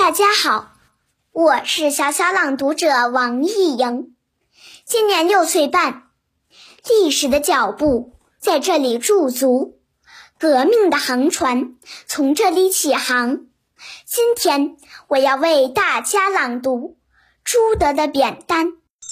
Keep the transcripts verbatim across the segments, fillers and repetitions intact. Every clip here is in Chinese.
大家好，我是小小朗读者王艺莹，今年六岁半，历史的脚步在这里驻足，革命的航船从这里起航。今天我要为大家朗读朱德的扁担。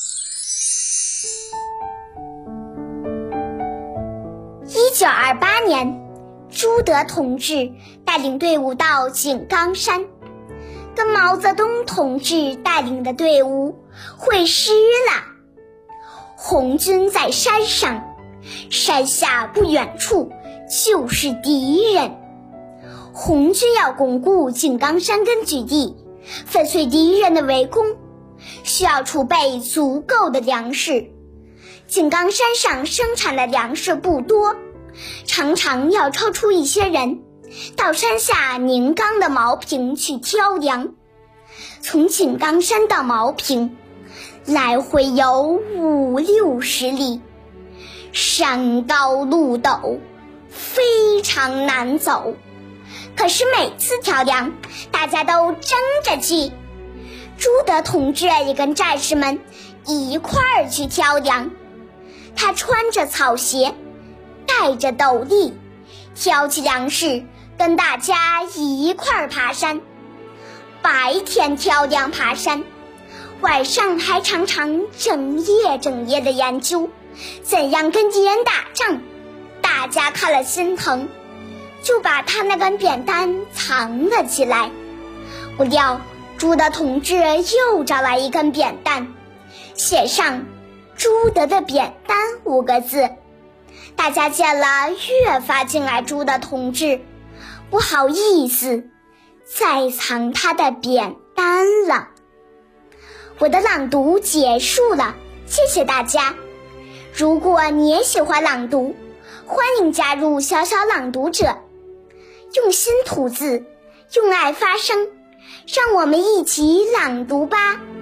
一九二八年，朱德同志带领队伍到井冈山，跟毛泽东同志带领的队伍会师了。红军在山上，山下不远处就是敌人。红军要巩固井冈山根据地，粉碎敌人的围攻，需要储备足够的粮食。井冈山上生产的粮食不多，常常要抽出一些人到山下宁冈的茅坪去挑粮。从井冈山到茅坪来回有五六十里，山高路陡，非常难走。可是每次挑粮，大家都争着去。朱德同志也跟战士们一块儿去挑粮。他穿着草鞋，戴着斗笠，挑起粮食，跟大家一块儿爬山。白天挑粮爬山，晚上还常常整夜整夜的研究怎样跟敌人打仗。大家看了心疼，就把他那根扁担藏了起来。不料朱德同志又找来一根扁担，写上朱德的扁担五个字。大家见了越发敬爱朱德同志，不好意思再藏他的扁担了。我的朗读结束了，谢谢大家。如果你也喜欢朗读，欢迎加入小小朗读者，用心吐字，用爱发声，让我们一起朗读吧。